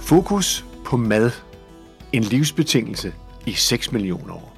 Fokus på mad. En livsbetingelse i 6 millioner år.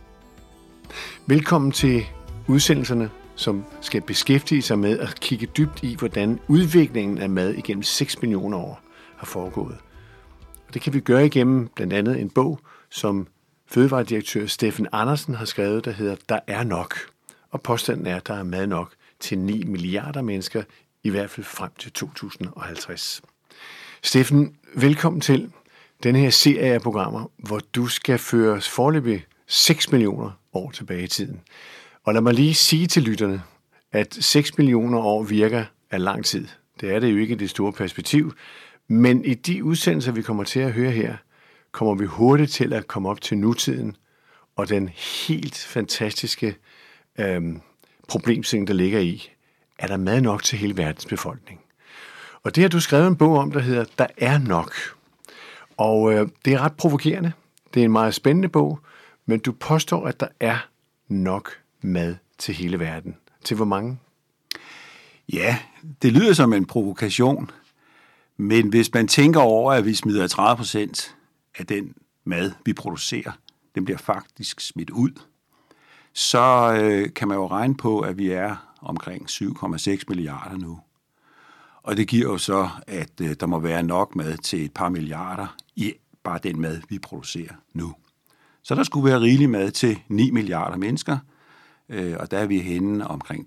Velkommen til udsendelserne, som skal beskæftige sig med at kigge dybt i, hvordan udviklingen af mad igennem 6 millioner år har foregået. Og det kan vi gøre igennem blandt andet en bog, som fødevaredirektør Steffen Andersen har skrevet, der hedder Der er nok. Og påstanden er, at der er mad nok til 9 milliarder mennesker, i hvert fald frem til 2050. Steffen, velkommen til denne her serie af programmer, hvor du skal føres foreløbig 6 millioner år tilbage i tiden. Og lad mig lige sige til lytterne, at 6 millioner år virker af lang tid. Det er det jo ikke i det store perspektiv, men i de udsendelser, vi kommer til at høre her, kommer vi hurtigt til at komme op til nutiden og den helt fantastiske problemstilling, der ligger i, er der mad nok til hele verdens befolkning? Og det har du skrevet en bog om, der hedder Der er nok. Og det er ret provokerende. Det er en meget spændende bog, men du påstår, at der er nok mad til hele verden. Til hvor mange? Ja, det lyder som en provokation, men hvis man tænker over, at vi smider 30% af den mad, vi producerer, den bliver faktisk smidt ud, så kan man jo regne på, at vi er omkring 7,6 milliarder nu. Og det giver jo så, at der må være nok mad til et par milliarder i bare den mad, vi producerer nu. Så der skulle være rigelig mad til 9 milliarder mennesker, og der er vi henne omkring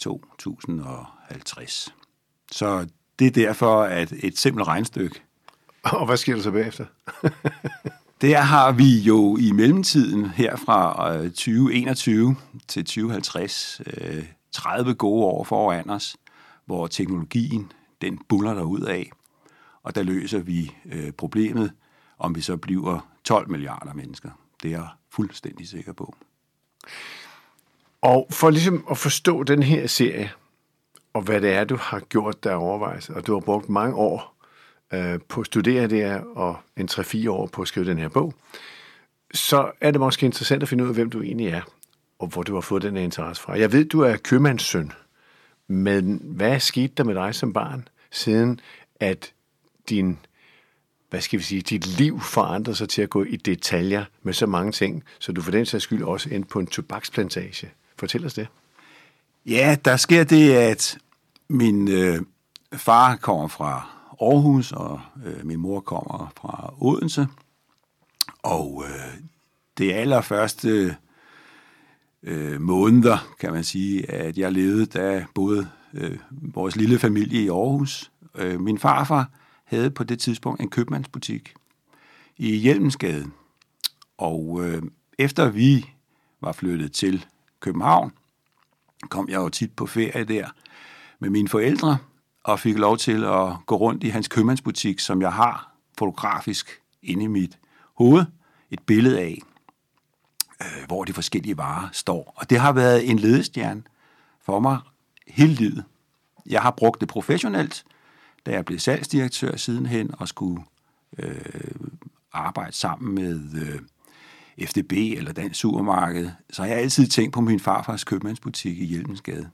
2050. Så det er derfor, at et simpelt regnestykke. Og hvad sker der så bagefter? Der har vi jo i mellemtiden her fra 2021 til 2050 30 gode år foran os, hvor teknologien den buller der ud af, og der løser vi problemet, om vi så bliver 12 milliarder mennesker. Det er jeg fuldstændig sikker på. Og for ligesom at forstå den her serie, og hvad det er, du har gjort der overvejelse, og du har brugt mange år på at studere det her, og en 3-4 år på at skrive den her bog, så er det måske interessant at finde ud af, hvem du egentlig er, og hvor du har fået den her interesse fra. Jeg ved, du er købmandssøn, men hvad skete der med dig som barn, siden at dit liv forandrede sig til at gå i detaljer med så mange ting, så du for den sags skyld også endte på en tobaksplantage. Fortæl os det. Ja, der sker det, at min far kommer fra Aarhus, og min mor kommer fra Odense. Og det allerførste måneder, kan man sige, at jeg levede, da boede vores lille familie i Aarhus. Min farfar havde på det tidspunkt en købmandsbutik i Hjelmensgade. Og efter vi var flyttet til København, kom jeg jo tit på ferie der med mine forældre, og fik lov til at gå rundt i hans købmandsbutik, som jeg har fotografisk inde i mit hoved, et billede af, hvor de forskellige varer står. Og det har været en ledestjerne for mig hele livet. Jeg har brugt det professionelt, da jeg blev salgsdirektør sidenhen og skulle arbejde sammen med FDB eller Dansk Supermarked, så har jeg altid tænkt på min farfars købmandsbutik i Hjelmensgade.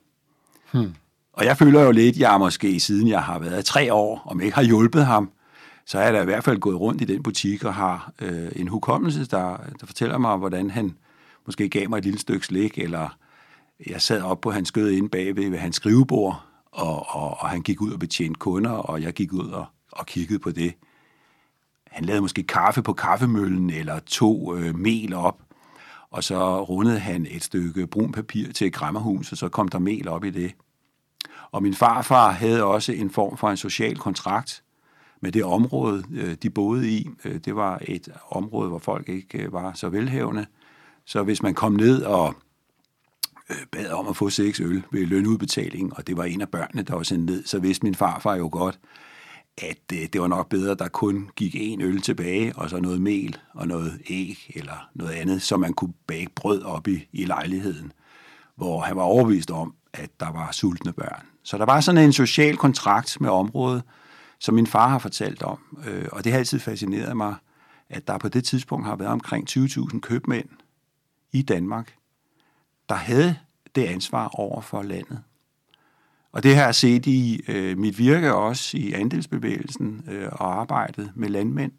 Og jeg føler jo lidt, jeg måske siden jeg har været 3 år, om jeg ikke har hjulpet ham, så er jeg da i hvert fald gået rundt i den butik og har en hukommelse, der fortæller mig, hvordan han måske gav mig et lille stykke slik, eller jeg sad op på hans skød inde bagved ved hans skrivebord, og han gik ud og betjente kunder, og jeg gik ud og kiggede på det. Han lavede måske kaffe på kaffemøllen, eller tog mel op, og så rundede han et stykke brun papir til et kræmmerhus, og så kom der mel op i det. Og min farfar havde også en form for en social kontrakt med det område, de boede i. Det var et område, hvor folk ikke var så velhavende. Så hvis man kom ned og bad om at få 6 øl ved lønudbetaling, og det var en af børnene, der var sendt ned, så vidste min farfar jo godt, at det var nok bedre, der kun gik 1 øl tilbage, og så noget mel og noget æg eller noget andet, så man kunne bage brød op i lejligheden, hvor han var overbevist om, at der var sultne børn. Så der var sådan en social kontrakt med området, som min far har fortalt om, og det har altid fascineret mig, at der på det tidspunkt har været omkring 20.000 købmænd i Danmark, der havde det ansvar over for landet. Og det har jeg set i mit virke også i andelsbevægelsen og arbejdet med landmænd,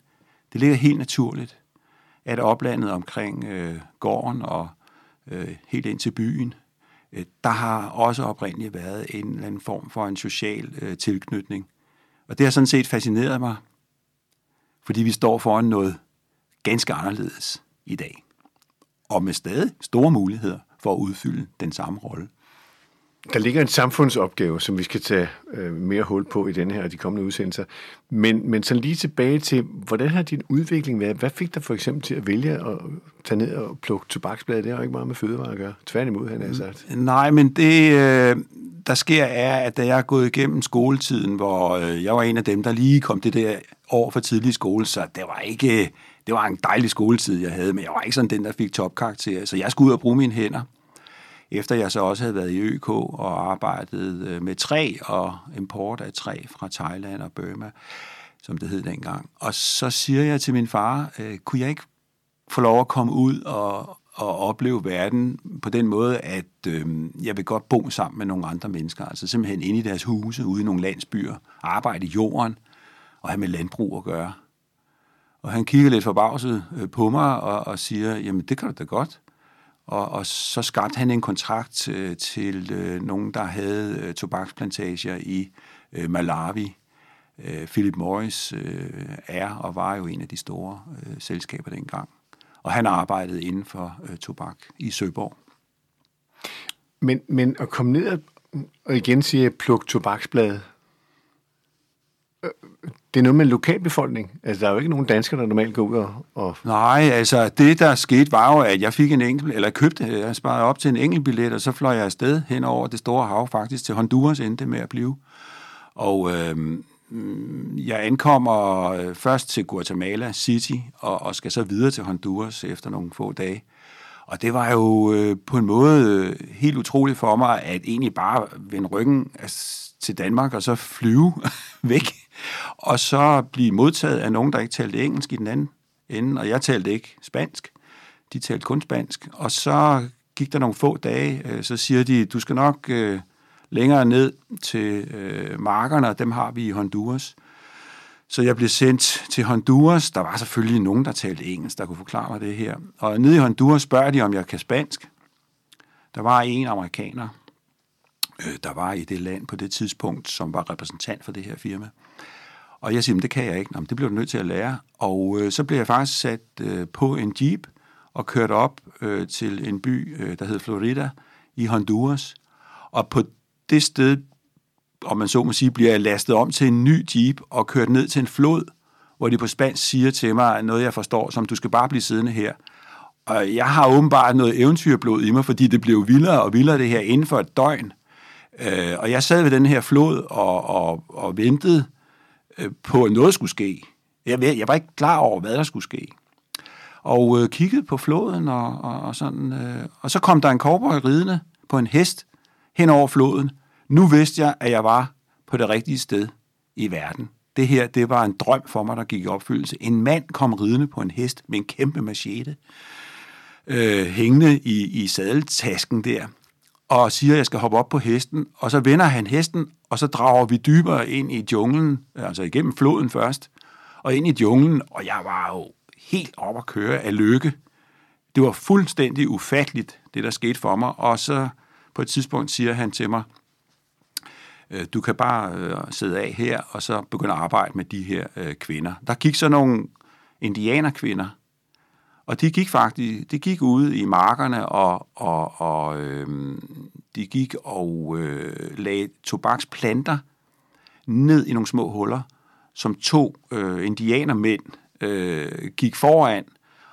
Det ligger helt naturligt, at oplandet omkring gården og helt ind til byen, der har også oprindeligt været en eller anden form for en social tilknytning. Og det har sådan set fascineret mig, fordi vi står foran noget ganske anderledes i dag. Og med stadig store muligheder for at udfylde den samme rolle. Der ligger en samfundsopgave, som vi skal tage mere hul på i denne her og de kommende udsendelser. Men så lige tilbage til, hvordan har din udvikling været? Hvad fik dig for eksempel til at vælge at tage ned og plukke tobaksblade? Det har jo ikke meget med fødevarer at gøre. Tværtimod, han har sagt. Nej, men det, der sker, er, at da jeg er gået igennem skoletiden, hvor jeg var en af dem, der lige kom det der år for tidlig skole, så det var en dejlig skoletid, jeg havde, men jeg var ikke sådan den, der fik topkarakter. Så jeg skulle ud og bruge mine hænder. Efter jeg så også havde været i ØK og arbejdet med træ og import af træ fra Thailand og Burma, som det hed dengang. Og så siger jeg til min far, kunne jeg ikke få lov at komme ud og opleve verden på den måde, at jeg vil godt bo sammen med nogle andre mennesker, altså simpelthen inde i deres huse, ude i nogle landsbyer, arbejde i jorden og have med landbrug at gøre. Og han kigger lidt forbavset på mig og siger, jamen det kan du da godt. Og så skabte han en kontrakt til nogen, der havde tobaksplantager i Malawi. Philip Morris er og var jo en af de store selskaber dengang. Og han arbejdede inden for tobak i Søborg. Men at komme ned og igen sige, pluk tobaksblade, det er noget med en lokalbefolkning. Altså, der er jo ikke nogen danskere, der normalt går ud og... Nej, altså, det der skete var jo, at jeg fik jeg sparede op til en enkeltbillet, og så fløj jeg afsted hen over det store hav, faktisk til Honduras endte med at blive. Og jeg ankommer først til Guatemala City, og skal så videre til Honduras efter nogle få dage. Og det var jo på en måde helt utroligt for mig, at egentlig bare vende ryggen til Danmark, og så flyve væk, og så blive modtaget af nogen, der ikke talte engelsk i den anden ende, og jeg talte ikke spansk. De talte kun spansk. Og så gik der nogle få dage, så siger de, du skal nok længere ned til markerne, og dem har vi i Honduras. Så jeg blev sendt til Honduras. Der var selvfølgelig nogen, der talte engelsk, der kunne forklare mig det her. Og nede i Honduras spørger de, om jeg kan spansk. Der var en amerikaner, der var i det land på det tidspunkt, som var repræsentant for det her firma. Og jeg siger, men det kan jeg ikke. Nå, det bliver du nødt til at lære. Og så blev jeg faktisk sat på en jeep og kørt op til en by, der hed Florida, i Honduras. Og på det sted, om man så må sige, bliver jeg lastet om til en ny jeep og kørt ned til en flod, hvor de på spansk siger til mig noget, jeg forstår, som du skal bare blive siddende her. Og jeg har åbenbart noget eventyrblod i mig, fordi det blev vildere og vildere det her inden for et døgn. Og jeg sad ved den her flod og ventede på, at noget skulle ske. Jeg var ikke klar over, hvad der skulle ske. Og kiggede på floden og sådan. Og så kom der en cowboy ridende på en hest hen over floden. Nu vidste jeg, at jeg var på det rigtige sted i verden. Det her, det var en drøm for mig, der gik i opfyldelse. En mand kom ridende på en hest med en kæmpe machete, hængende i sadeltasken der, og siger, at jeg skal hoppe op på hesten, og så vender han hesten, og så drager vi dybere ind i junglen, altså igennem floden først, og ind i junglen, og jeg var jo helt op at køre af lykke. Det var fuldstændig ufatteligt, det der skete for mig, og så på et tidspunkt siger han til mig, du kan bare sidde af her, og så begynde at arbejde med de her kvinder. Der gik så nogle indianerkvinder, og de gik ude i markerne, og de gik og lagde tobaksplanter ned i nogle små huller, som to indianermænd gik foran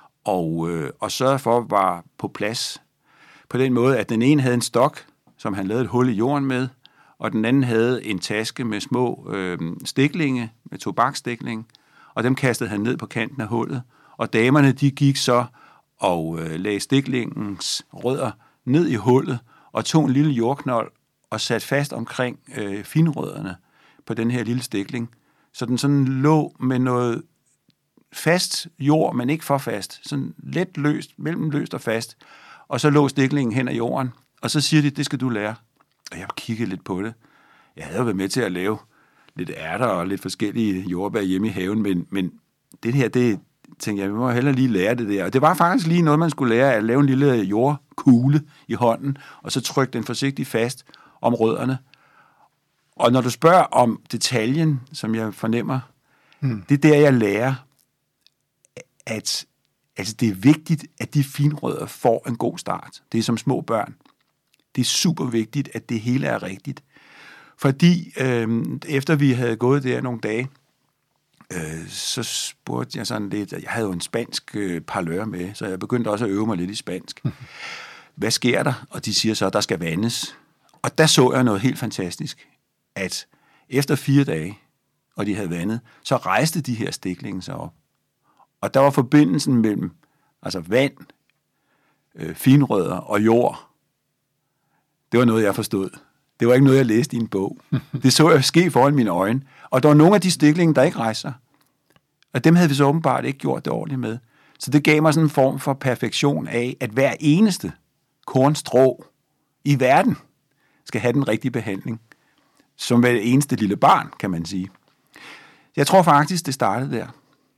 og sørgede for var på plads. På den måde, at den ene havde en stok, som han lavede et hul i jorden med, og den anden havde en taske med små stiklinge, med tobakstikling, og dem kastede han ned på kanten af hullet. Og damerne, de gik så og lagde stiklingens rødder ned i hullet, og tog en lille jordknold og satte fast omkring finrødderne på den her lille stikling. Så den sådan lå med noget fast jord, men ikke for fast. Sådan let løst, mellem løst og fast. Og så lå stiklingen hen ad jorden, og så siger de, det skal du lære. Og jeg kiggede lidt på det. Jeg havde jo været med til at lave lidt ærter og lidt forskellige jordbær hjemme i haven, men det her, tænkte jeg, vi må hellere lige lære det der. Og det var faktisk lige noget, man skulle lære, at lave en lille jordkugle i hånden, og så trykke den forsigtigt fast om rødderne. Og når du spørger om detaljen, som jeg fornemmer, det er der, jeg lærer, at altså, det er vigtigt, at de finrødder får en god start. Det er som små børn. Det er super vigtigt, at det hele er rigtigt. Fordi efter vi havde gået der nogle dage, så spurgte jeg sådan lidt, jeg havde jo en spansk parlør med, så jeg begyndte også at øve mig lidt i spansk. Hvad sker der? Og de siger så, at der skal vandes. Og der så jeg noget helt fantastisk, at efter 4 dage, og de havde vandet, så rejste de her stiklinge sig op. Og der var forbindelsen mellem altså vand, finrødder og jord. Det var noget, jeg forstod. Det var ikke noget, jeg læste i en bog. Det så jeg ske foran mine øjne. Og der var nogle af de stiklinge, der ikke rejste sig. Og dem havde vi så åbenbart ikke gjort det ordentligt med. Så det gav mig sådan en form for perfektion af, at hver eneste kornstrå i verden skal have den rigtige behandling. Som hver eneste lille barn, kan man sige. Jeg tror faktisk, det startede der.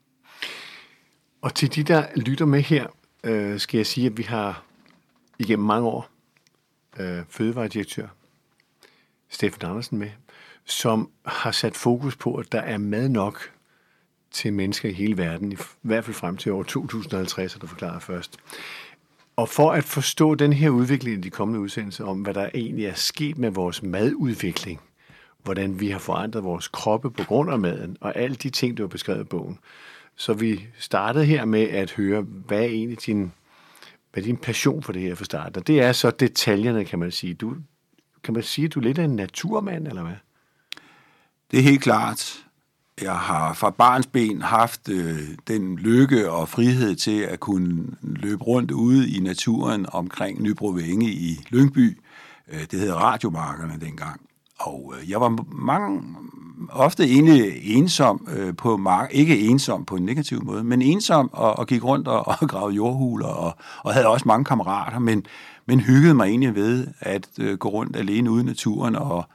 Og til de, der lytter med her, skal jeg sige, at vi har igennem mange år fødevaredirektør Steffen Andersen med, som har sat fokus på, at der er mad nok til mennesker i hele verden, i hvert fald frem til år 2050, har du forklaret først. Og for at forstå den her udvikling i de kommende udsendelser om, hvad der egentlig er sket med vores madudvikling, hvordan vi har forandret vores kroppe på grund af maden, og alle de ting, du har beskrevet i bogen. Så vi startede her med at høre, hvad er egentlig din passion for det her for starten? Og det er så detaljerne, kan man sige. Kan man sige, at du er lidt af en naturmand, eller hvad? Det er helt klart. Jeg har fra barnsben haft den lykke og frihed til at kunne løbe rundt ude i naturen omkring Nybrovænge i Lyngby. Det hed Radiomarkerne dengang. Og jeg var ofte egentlig ensom på mark, ikke ensom på en negativ måde, men ensom og gik rundt og gravede jordhuler og havde også mange kammerater, men hyggede mig egentlig ved at gå rundt alene ude i naturen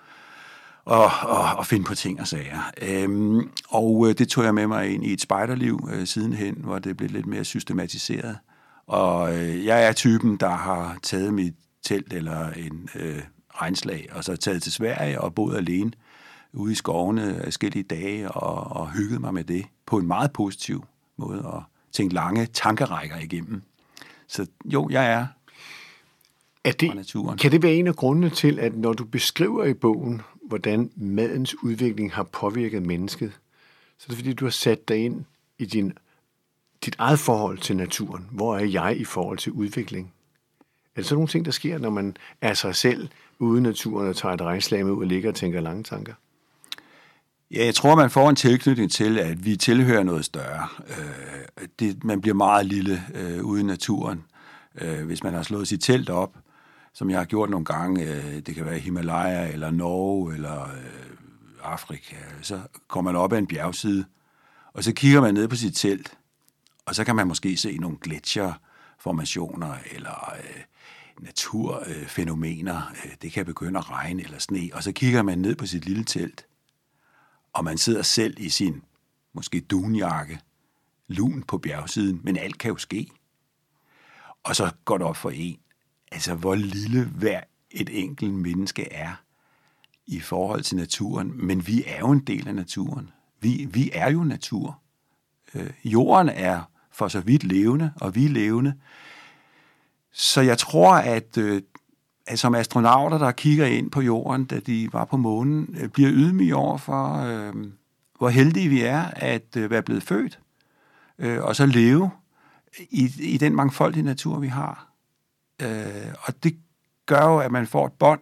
og finde på ting og sager. Og det tog jeg med mig ind i et spejderliv sidenhen, hvor det blev lidt mere systematiseret. Og jeg er typen, der har taget mit telt eller en regnslag, og så taget til Sverige og boet alene ude i skovene forskellige dage og hygget mig med det på en meget positiv måde og tænkt lange tankerækker igennem. Så jo, jeg er fra naturen. Kan det være en af grundene til, at når du beskriver i bogen, hvordan madens udvikling har påvirket mennesket, så er det fordi, du har sat dig ind i dit eget forhold til naturen. Hvor er jeg i forhold til udvikling? Er det så nogle ting, der sker, når man er sig selv ude i naturen og tager et regnslag med ud og ligger og tænker lange tanker? Ja, jeg tror, man får en tilknytning til, at vi tilhører noget større. Man bliver meget lille ude i naturen. Hvis man har slået sit telt op, som jeg har gjort nogle gange, det kan være Himalaya eller Norge eller Afrika, så kommer man op ad en bjergside, og så kigger man ned på sit telt, og så kan man måske se nogle gletsjerformationer eller naturfænomener. Det kan begynde at regne eller sne, og så kigger man ned på sit lille telt, og man sidder selv i sin måske dunjakke, lun på bjergsiden, men alt kan jo ske. Og så går det op for en, altså hvor lille hver et enkelt menneske er i forhold til naturen, men vi er jo en del af naturen. Vi er jo natur. Jorden er for så vidt levende, og vi er levende. Så jeg tror, at som astronauter, der kigger ind på jorden, da de var på månen, bliver ydmyge over for, hvor heldige vi er at være blevet født, og så leve i den mangfoldige natur, vi har. Og det gør jo, at man får et bånd,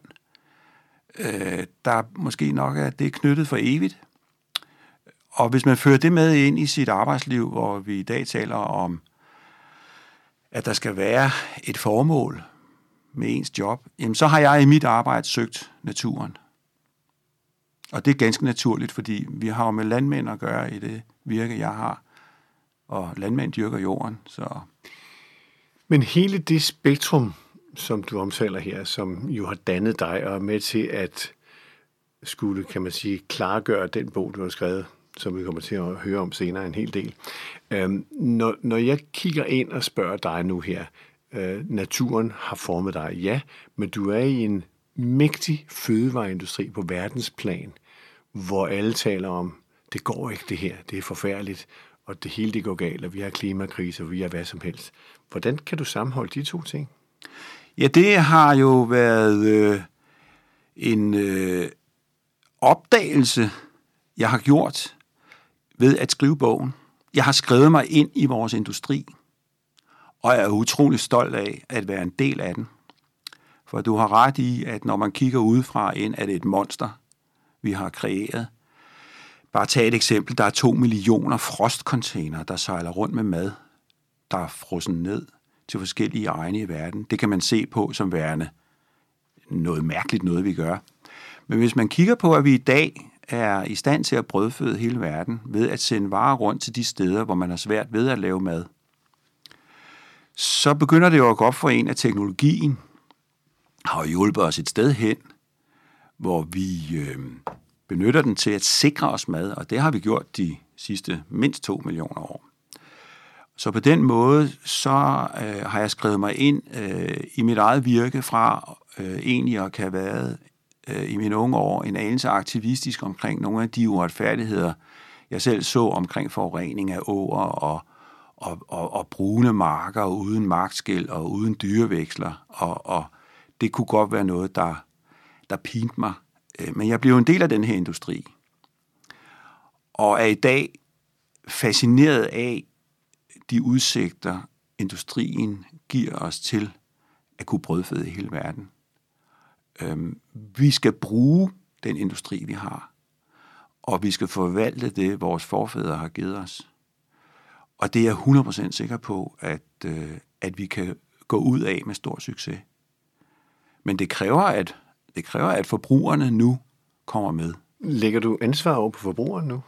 der måske nok er det knyttet for evigt. Og hvis man fører det med ind i sit arbejdsliv, hvor vi i dag taler om, at der skal være et formål med ens job, jamen så har jeg i mit arbejde søgt naturen. Og det er ganske naturligt, fordi vi har jo med landmænd at gøre i det virke, jeg har. Og landmænd dyrker jorden, så... Men hele det spektrum, som du omtaler her, som jo har dannet dig og er med til at skulle, kan man sige, klargøre den bog, du har skrevet som vi kommer til at høre om senere en hel del. Når jeg kigger ind og spørger dig nu her, naturen har formet dig, ja, men du er i en mægtig fødevareindustri på verdensplan, hvor alle taler om, det går ikke det her, det er forfærdeligt, og det hele det går galt, og vi har klimakrise, og vi har hvad som helst. Hvordan kan du sammenholde de to ting? Ja, det har jo været en opdagelse, jeg har gjort ved at skrive bogen. Jeg har skrevet mig ind i vores industri, og jeg er utrolig stolt af at være en del af den. For du har ret i, at når man kigger udefra ind, er det et monster, vi har kreeret. Bare tag et eksempel. Der er 2 millioner frostcontainer, der sejler rundt med mad, der er frosset ned til forskellige egne i verden. Det kan man se på som værende noget mærkeligt, noget vi gør. Men hvis man kigger på, at vi i dag er i stand til at brødføde hele verden ved at sende varer rundt til de steder, hvor man har svært ved at lave mad, så begynder det jo at gå op for en, at teknologien har hjulpet os et sted hen, hvor vi benytter den til at sikre os mad, og det har vi gjort de sidste mindst 2 millioner år. Så på den måde, så har jeg skrevet mig ind i mit eget virke fra egentlig at kan have været i mine unge år en anelse aktivistisk omkring nogle af de uretfærdigheder, jeg selv så omkring forurening af åer og brune marker uden markskel og uden dyreveksler, og det kunne godt være noget, der pinte mig. Men jeg blev en del af den her industri, og er i dag fascineret af de udsigter, industrien giver os til at kunne brødføde hele verden. Vi skal bruge den industri, vi har, og vi skal forvalte det, vores forfædre har givet os. Og det er jeg 100% sikker på, at vi kan gå ud af med stor succes. Men det kræver, at forbrugerne nu kommer med. Lægger du ansvar over på forbrugerne nu?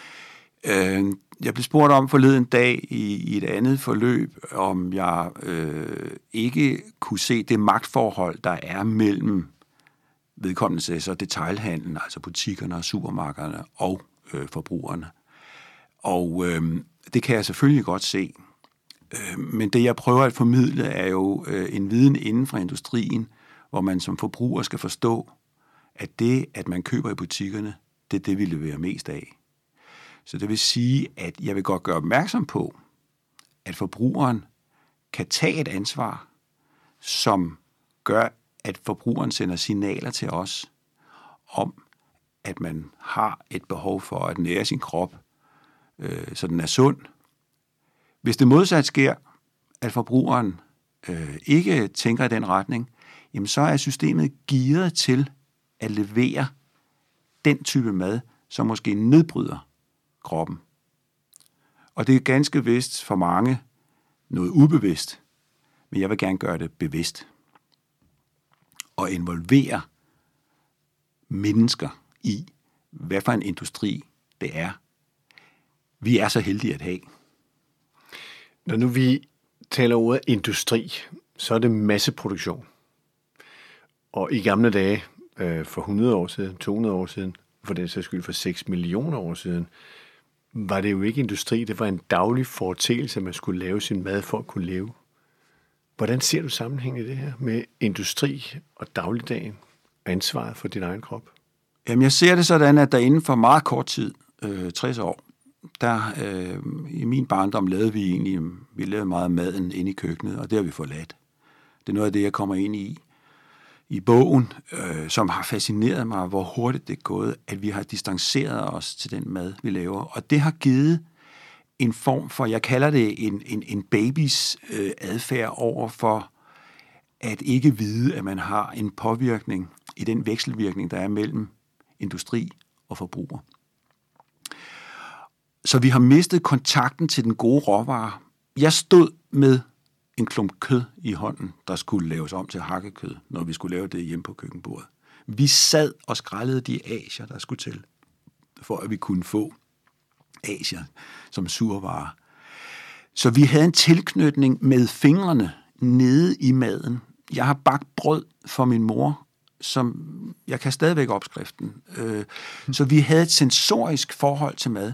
Jeg blev spurgt om forleden dag i et andet forløb, om jeg ikke kunne se det magtforhold, der er mellem vedkommende så detailhandlen, altså butikkerne og supermarkederne og forbrugerne. Og det kan jeg selvfølgelig godt se. Men det, jeg prøver at formidle, er jo en viden inden for industrien, hvor man som forbruger skal forstå, at det, at man køber i butikkerne, det er det, vi leverer mest af. Så det vil sige, at jeg vil godt gøre opmærksom på, at forbrugeren kan tage et ansvar, som gør, at forbrugeren sender signaler til os om, at man har et behov for at nære sin krop, så den er sund. Hvis det modsat sker, at forbrugeren ikke tænker i den retning, jamen så er systemet gearet til at levere den type mad, som måske nedbryder kroppen. Og det er ganske vist for mange noget ubevidst, men jeg vil gerne gøre det bevidst. Og involvere mennesker i, hvad for en industri det er, vi er så heldige at have. Når nu vi taler ordet industri, så er det masseproduktion. Og i gamle dage, for 100 år siden, 200 år siden, for den sags skyld for 6 millioner år siden, var det jo ikke industri, det var en daglig foretagelse, man skulle lave sin mad for at kunne leve. Hvordan ser du sammenhængen i det her med industri og dagligdagen og ansvaret for din egen krop? Jamen, jeg ser det sådan, at der inden for meget kort tid, 60 år, der i min barndom lavede vi lavede meget af maden inde i køkkenet, og det har vi forladt. Det er noget af det, jeg kommer ind i bogen, som har fascineret mig, hvor hurtigt det er gået, at vi har distanceret os til den mad, vi laver. Og det har givet en form for, jeg kalder det en babys adfærd over for at ikke vide, at man har en påvirkning i den vekselvirkning, der er mellem industri og forbruger. Så vi har mistet kontakten til den gode råvare. Jeg stod med en klump kød i hånden, der skulle laves om til hakkekød, når vi skulle lave det hjemme på køkkenbordet. Vi sad og skrællede de asier, der skulle til, for at vi kunne få asier som survare. Så vi havde en tilknytning med fingrene nede i maden. Jeg har bagt brød for min mor som jeg kan stadigvæk opskriften. Så vi havde et sensorisk forhold til mad.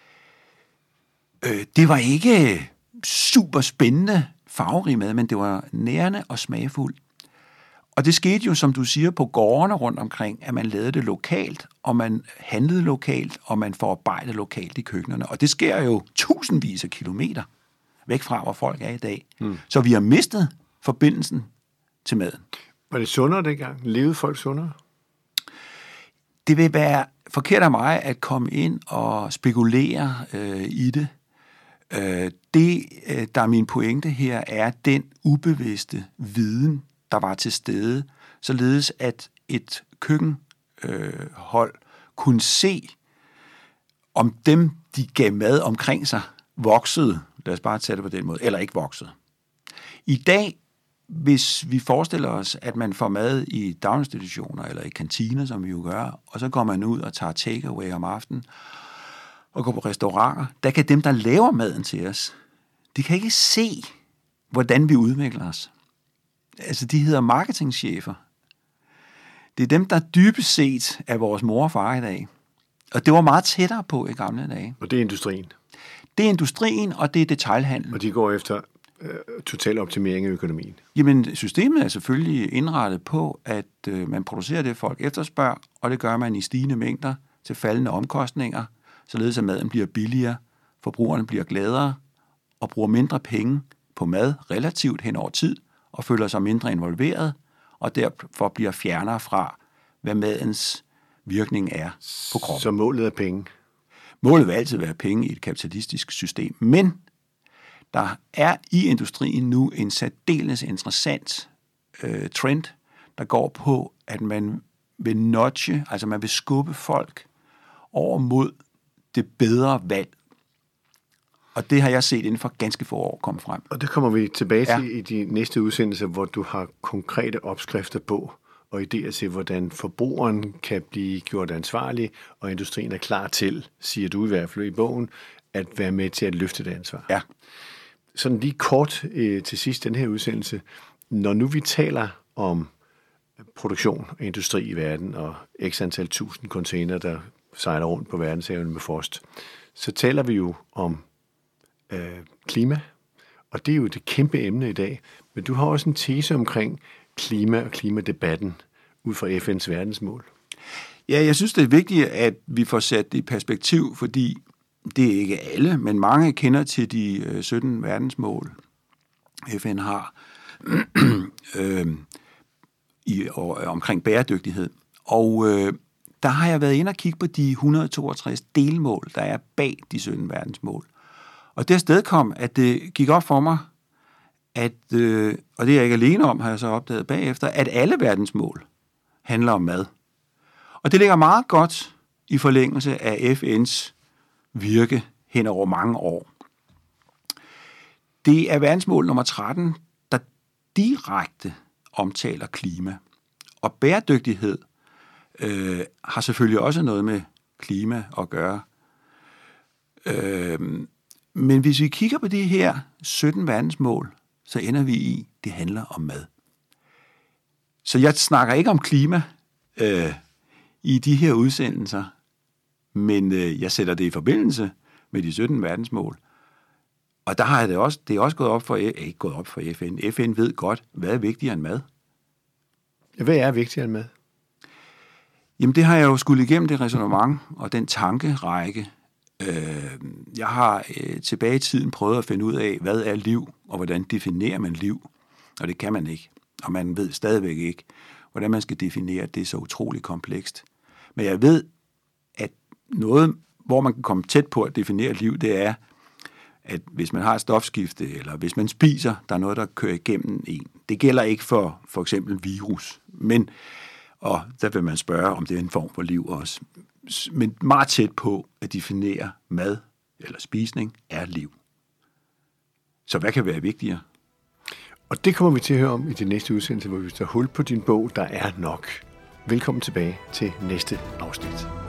Det var ikke super spændende farverig mad, men det var nærende og smagfuld. Og det skete jo, som du siger, på gårdene rundt omkring, at man lavede det lokalt, og man handlede lokalt, og man forarbejdede lokalt i køkkenerne. Og det sker jo tusindvis af kilometer væk fra, hvor folk er i dag. Så vi har mistet forbindelsen til maden. Var det sundere dengang? Levede folk sundere? Det vil være forkert af mig at komme ind og spekulere i det. Det, der er min pointe her, er den ubevidste viden, der var til stede, således at et køkkenhold kunne se, om dem, de gav mad omkring sig, voksede, lad os bare tage det på den måde, eller ikke voksede. I dag, hvis vi forestiller os, at man får mad i daginstitutioner eller i kantiner, som vi jo gør, og så går man ud og tager takeaway om aftenen, og går på restauranter, der kan dem, der laver maden til os, de kan ikke se, hvordan vi udvikler os. Altså, de hedder marketingchefer. Det er dem, der dybest set er vores mor og far i dag. Og det var meget tættere på i gamle dage. Og det er industrien? Det er industrien, og det er detailhandlen. Og de går efter total optimering af økonomien? Jamen, systemet er selvfølgelig indrettet på, at man producerer det, folk efterspørger, og det gør man i stigende mængder til faldende omkostninger, således at maden bliver billigere, forbrugerne bliver gladere og bruger mindre penge på mad relativt hen over tid, og føler sig mindre involveret, og derfor bliver fjernere fra, hvad madens virkning er på kroppen. Så målet er penge? Målet vil altid være penge i et kapitalistisk system, men der er i industrien nu en særdeles interessant trend, der går på, at man vil nudge, altså man vil skubbe folk over mod det bedre valg. Og det har jeg set inden for ganske få år komme frem. Og det kommer vi tilbage til i de næste udsendelser, hvor du har konkrete opskrifter på og idéer til, hvordan forbrugeren kan blive gjort ansvarlig, og industrien er klar til, siger du i hvert fald i bogen, at være med til at løfte det ansvar. Ja. Sådan lige kort til sidst den her udsendelse. Når nu vi taler om produktion og industri i verden, og x antal tusind container, der sejler rundt på verdenshavene med frost, så taler vi jo om klima, og det er jo det kæmpe emne i dag. Men du har også en tese omkring klima og klimadebatten ud fra FN's verdensmål. Ja, jeg synes, det er vigtigt, at vi får sat det i perspektiv, fordi det er ikke alle, men mange kender til de 17 verdensmål, FN har omkring bæredygtighed. Og der har jeg været inde og kigge på de 162 delmål, der er bag de 17 verdensmål. Og det afstedkom, at det gik op for mig, at, og det er jeg ikke alene om, har jeg så opdaget bagefter, at alle verdensmål handler om mad. Og det ligger meget godt i forlængelse af FN's virke hen over mange år. Det er verdensmål nummer 13, der direkte omtaler klima. Og bæredygtighed har selvfølgelig også noget med klima at gøre. Men hvis vi kigger på de her 17 verdensmål, så ender vi i, det handler om mad. Så jeg snakker ikke om klima i de her udsendelser, men jeg sætter det i forbindelse med de 17 verdensmål. Og der har det er også gået op for, ikke gået op for FN. FN ved godt, hvad er vigtigere end mad. Hvad er vigtigere end mad? Jamen det har jeg jo skulle igennem det ræsonnement og den tankerække. Jeg har tilbage i tiden prøvet at finde ud af, hvad er liv, og hvordan definerer man liv. Og det kan man ikke, og man ved stadigvæk ikke, hvordan man skal definere det, er så utroligt komplekst. Men jeg ved, at noget, hvor man kan komme tæt på at definere liv, det er, at hvis man har et stofskifte, eller hvis man spiser, der er noget, der kører igennem en. Det gælder ikke for eksempel virus, og der vil man spørge, om det er en form for liv også. Men meget tæt på at definere mad eller spisning er liv. Så hvad kan være vigtigere? Og det kommer vi til at høre om i det næste udsendelse, hvor vi tager hul på din bog, Der er nok. Velkommen tilbage til næste afsnit.